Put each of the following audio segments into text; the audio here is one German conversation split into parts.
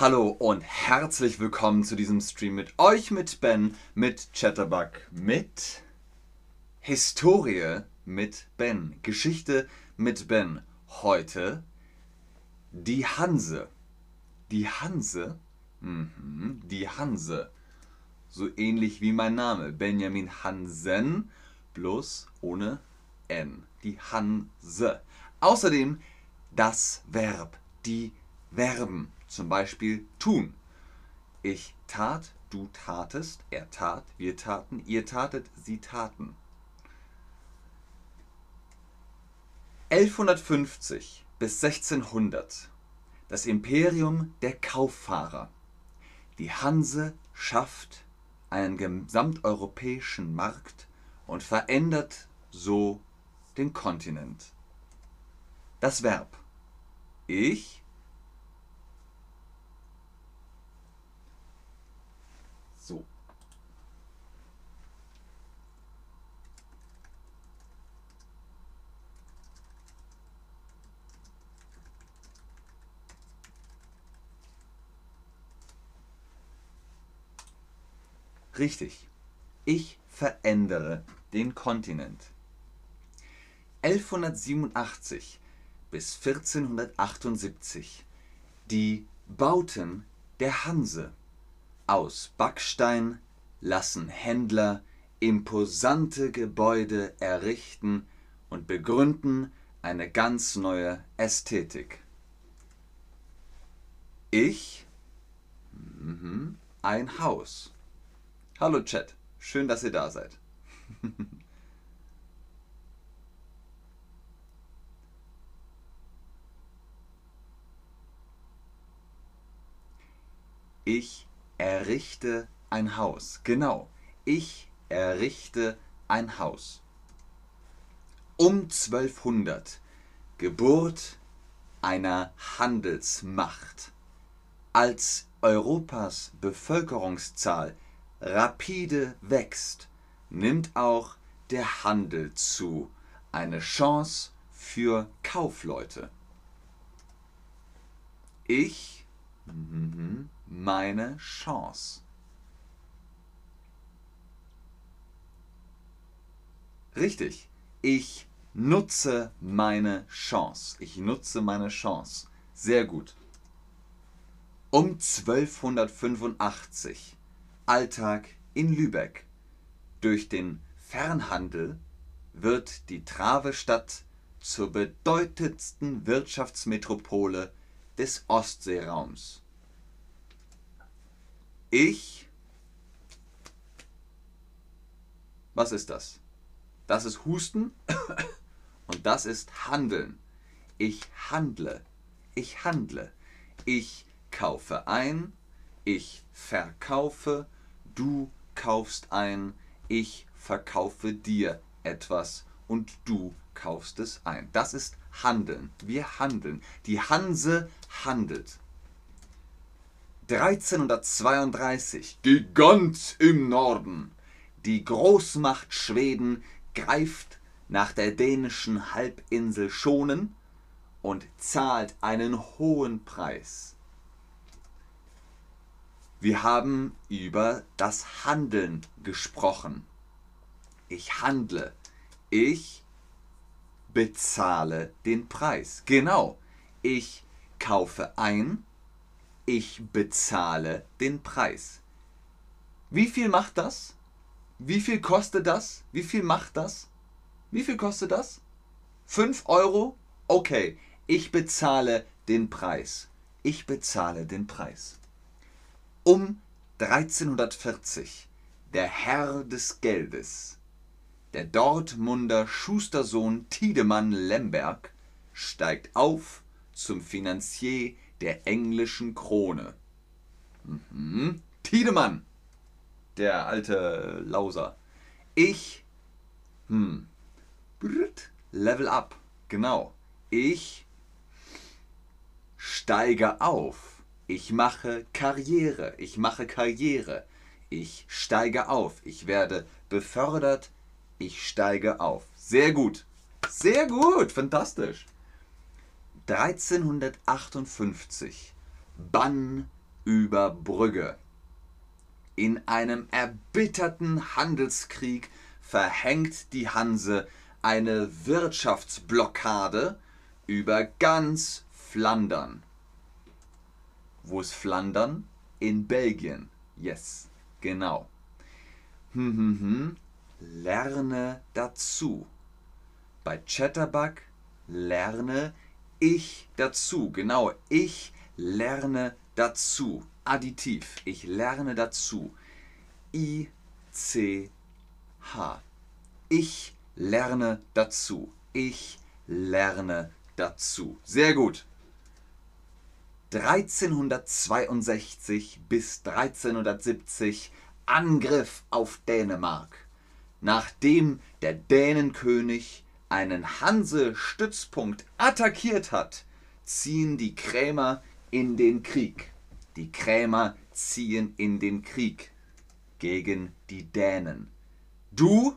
Hallo und herzlich willkommen zu diesem Stream mit euch, mit Ben, mit Chatterbug, mit Historie mit Ben, Geschichte mit Ben. Heute die Hanse. Die Hanse? Die Hanse. So ähnlich wie mein Name, Benjamin Hansen, bloß ohne N. Die Hanse. Außerdem das Verb, die Verben. Zum Beispiel tun. Ich tat, du tatest, er tat, wir taten, ihr tatet, sie taten. 1150 bis 1600. Das Imperium der Kauffahrer. Die Hanse schafft einen gesamteuropäischen Markt und verändert so den Kontinent. Das Verb. Ich so. Richtig. Ich verändere den Kontinent. 1187 bis 1478. Die Bauten der Hanse. Aus Backstein lassen Händler imposante Gebäude errichten und begründen eine ganz neue Ästhetik. Ich, ein Haus. Hallo Chat, schön, dass ihr da seid. Ich errichte ein Haus. Genau, ich errichte ein Haus. Um 1200. Geburt einer Handelsmacht. Als Europas Bevölkerungszahl rapide wächst, nimmt auch der Handel zu. Eine Chance für Kaufleute. Ich, meine Chance. Richtig. Ich nutze meine Chance. Ich nutze meine Chance. Sehr gut. Um 1285. Alltag in Lübeck. Durch den Fernhandel wird die Travestadt zur bedeutendsten Wirtschaftsmetropole des Ostseeraums. Ich. Was ist das? Das ist Husten und das ist Handeln. Ich handle. Ich handle. Ich kaufe ein. Ich verkaufe. Du kaufst ein. Ich verkaufe dir etwas und du kaufst es ein. Das ist Handeln. Wir handeln. Die Hanse handelt. 1332. Gigant im Norden. Die Großmacht Schweden greift nach der dänischen Halbinsel Schonen und zahlt einen hohen Preis. Wir haben über das Handeln gesprochen. Ich handle. Ich bezahle den Preis. Genau. Ich kaufe ein. Ich bezahle den Preis. Wie viel macht das? Wie viel kostet das? Wie viel macht das? Wie viel kostet das? 5 Euro? Okay, ich bezahle den Preis. Ich bezahle den Preis. Um 1340. Der Herr des Geldes. Der Dortmunder Schustersohn Tiedemann Lemberg steigt auf zum Finanzier der englischen Krone. Tiedemann, der alte Lauser. Ich, Level up, genau. Ich steige auf. Ich mache Karriere. Ich mache Karriere. Ich steige auf. Ich werde befördert. Ich steige auf. Sehr gut. Sehr gut. Fantastisch. 1358. Bann über Brügge. In einem erbitterten Handelskrieg verhängt die Hanse eine Wirtschaftsblockade über ganz Flandern. Wo ist Flandern? In Belgien. Yes, genau. Lerne dazu. Bei Chatterbug lerne ich dazu. Genau, ich lerne dazu. Additiv. Ich lerne dazu. I-C-H. Ich lerne dazu. Ich lerne dazu. Sehr gut. 1362 bis 1370 Angriff auf Dänemark. Nachdem der Dänenkönig einen Hanse-Stützpunkt attackiert hat, ziehen die Krämer in den Krieg. Die Krämer ziehen in den Krieg gegen die Dänen. Du,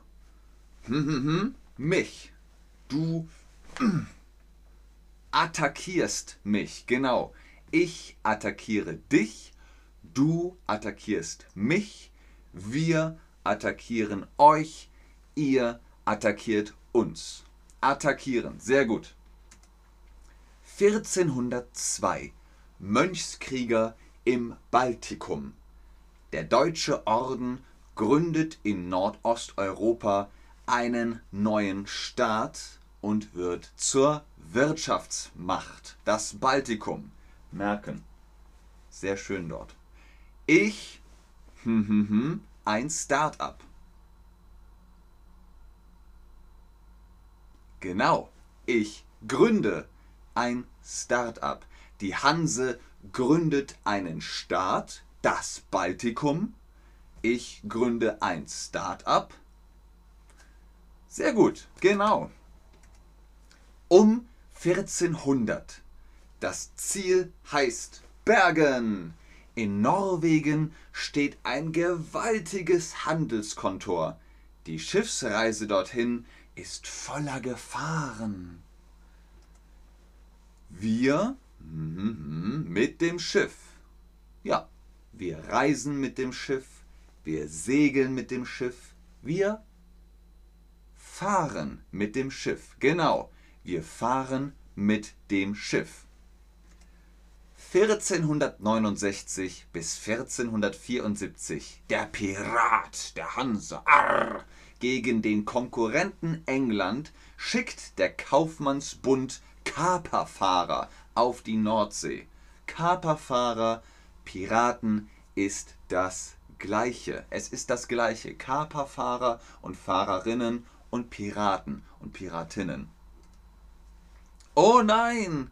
mich. Du attackierst mich. Genau. Ich attackiere dich. Du attackierst mich. Wir attackieren euch. Ihr attackiert uns. Attackieren. Sehr gut. 1402. Mönchskrieger im Baltikum. Der Deutsche Orden gründet in Nordosteuropa einen neuen Staat und wird zur Wirtschaftsmacht. Das Baltikum. Merken. Sehr schön dort. Ich, ein Start-up. Genau. Ich gründe ein Start-up. Die Hanse gründet einen Staat, das Baltikum. Ich gründe ein Start-up. Sehr gut, genau. Um 1400. Das Ziel heißt Bergen. In Norwegen steht ein gewaltiges Handelskontor. Die Schiffsreise dorthin ist voller Gefahren. Wir mit dem Schiff. Ja, wir reisen mit dem Schiff, wir segeln mit dem Schiff, wir fahren mit dem Schiff. Genau, wir fahren mit dem Schiff. 1469 bis 1474 der Pirat der Hanse gegen den Konkurrenten England schickt der Kaufmannsbund Kaperfahrer auf die Nordsee. Kaperfahrer, Piraten ist das Gleiche. Es ist das Gleiche. Kaperfahrer und Fahrerinnen und Piraten und Piratinnen. Oh nein,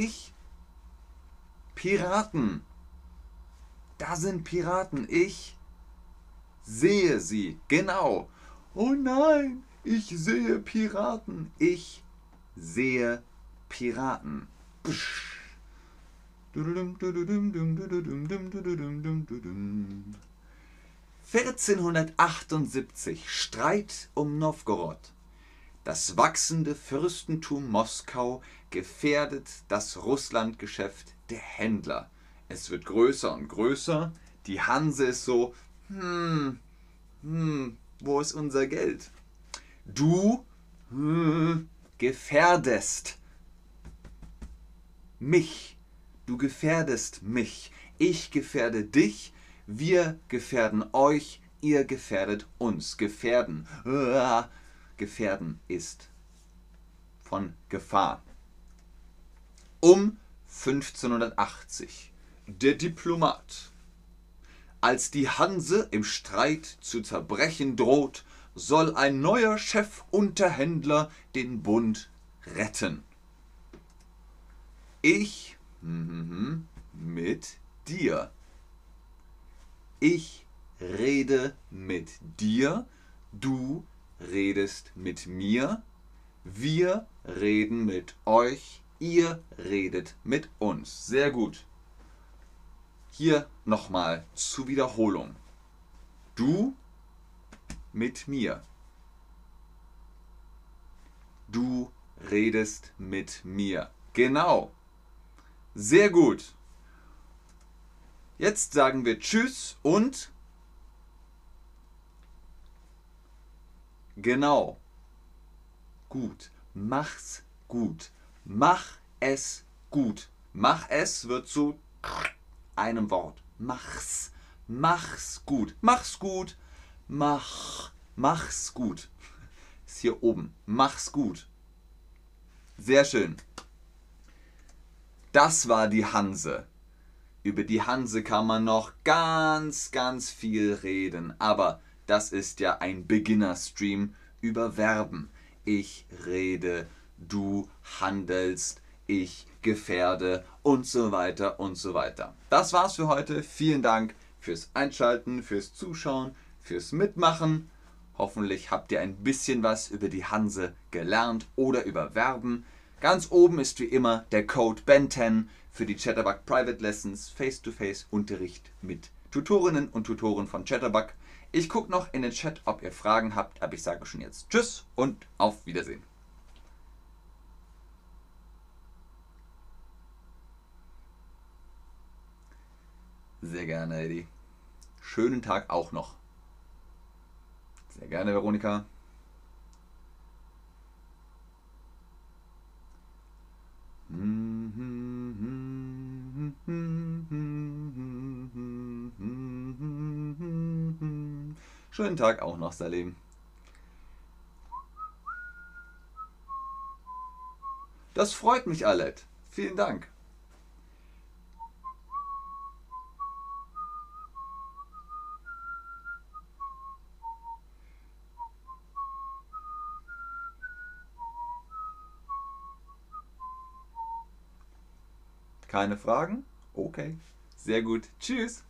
Piraten. Da sind Piraten. Ich sehe sie. Genau. Oh nein, ich sehe Piraten. Ich sehe Piraten. 1478 Streit um Nowgorod. Das wachsende Fürstentum Moskau gefährdet das Russlandgeschäft der Händler. Es wird größer und größer. Die Hanse ist so, wo ist unser Geld? Du gefährdest mich. Du gefährdest mich. Ich gefährde dich. Wir gefährden euch. Ihr gefährdet uns. Gefährden. Gefährden ist von Gefahr. Um 1580. Der Diplomat. Als die Hanse im Streit zu zerbrechen droht, soll ein neuer Chefunterhändler den Bund retten. Ich mit dir. Ich rede mit dir. Du redest mit mir. Wir reden mit euch. Ihr redet mit uns. Sehr gut. Hier nochmal zur Wiederholung. Du mit mir. Du redest mit mir. Genau. Sehr gut. Jetzt sagen wir Tschüss und genau. Gut. Mach's gut. Mach es gut. Mach es wird zu einem Wort. Mach's. Mach's gut. Mach's gut. Mach's gut. Ist hier oben. Mach's gut. Sehr schön. Das war die Hanse. Über die Hanse kann man noch ganz, ganz viel reden. Aber das ist ja ein Beginner-Stream über Verben. Ich rede, du handelst, ich gefährde und so weiter und so weiter. Das war's für heute. Vielen Dank fürs Einschalten, fürs Zuschauen, fürs Mitmachen. Hoffentlich habt ihr ein bisschen was über die Hanse gelernt oder über Verben. Ganz oben ist wie immer der Code BEN10 für die Chatterbug Private Lessons Face-to-Face-Unterricht mit Tutorinnen und Tutoren von Chatterbug. Ich gucke noch in den Chat, ob ihr Fragen habt, aber ich sage schon jetzt Tschüss und auf Wiedersehen. Sehr gerne, Eddie. Schönen Tag auch noch. Sehr gerne, Veronika. Schönen Tag auch noch, Salim. Das freut mich, Alet. Vielen Dank. Keine Fragen? Okay. Sehr gut. Tschüss.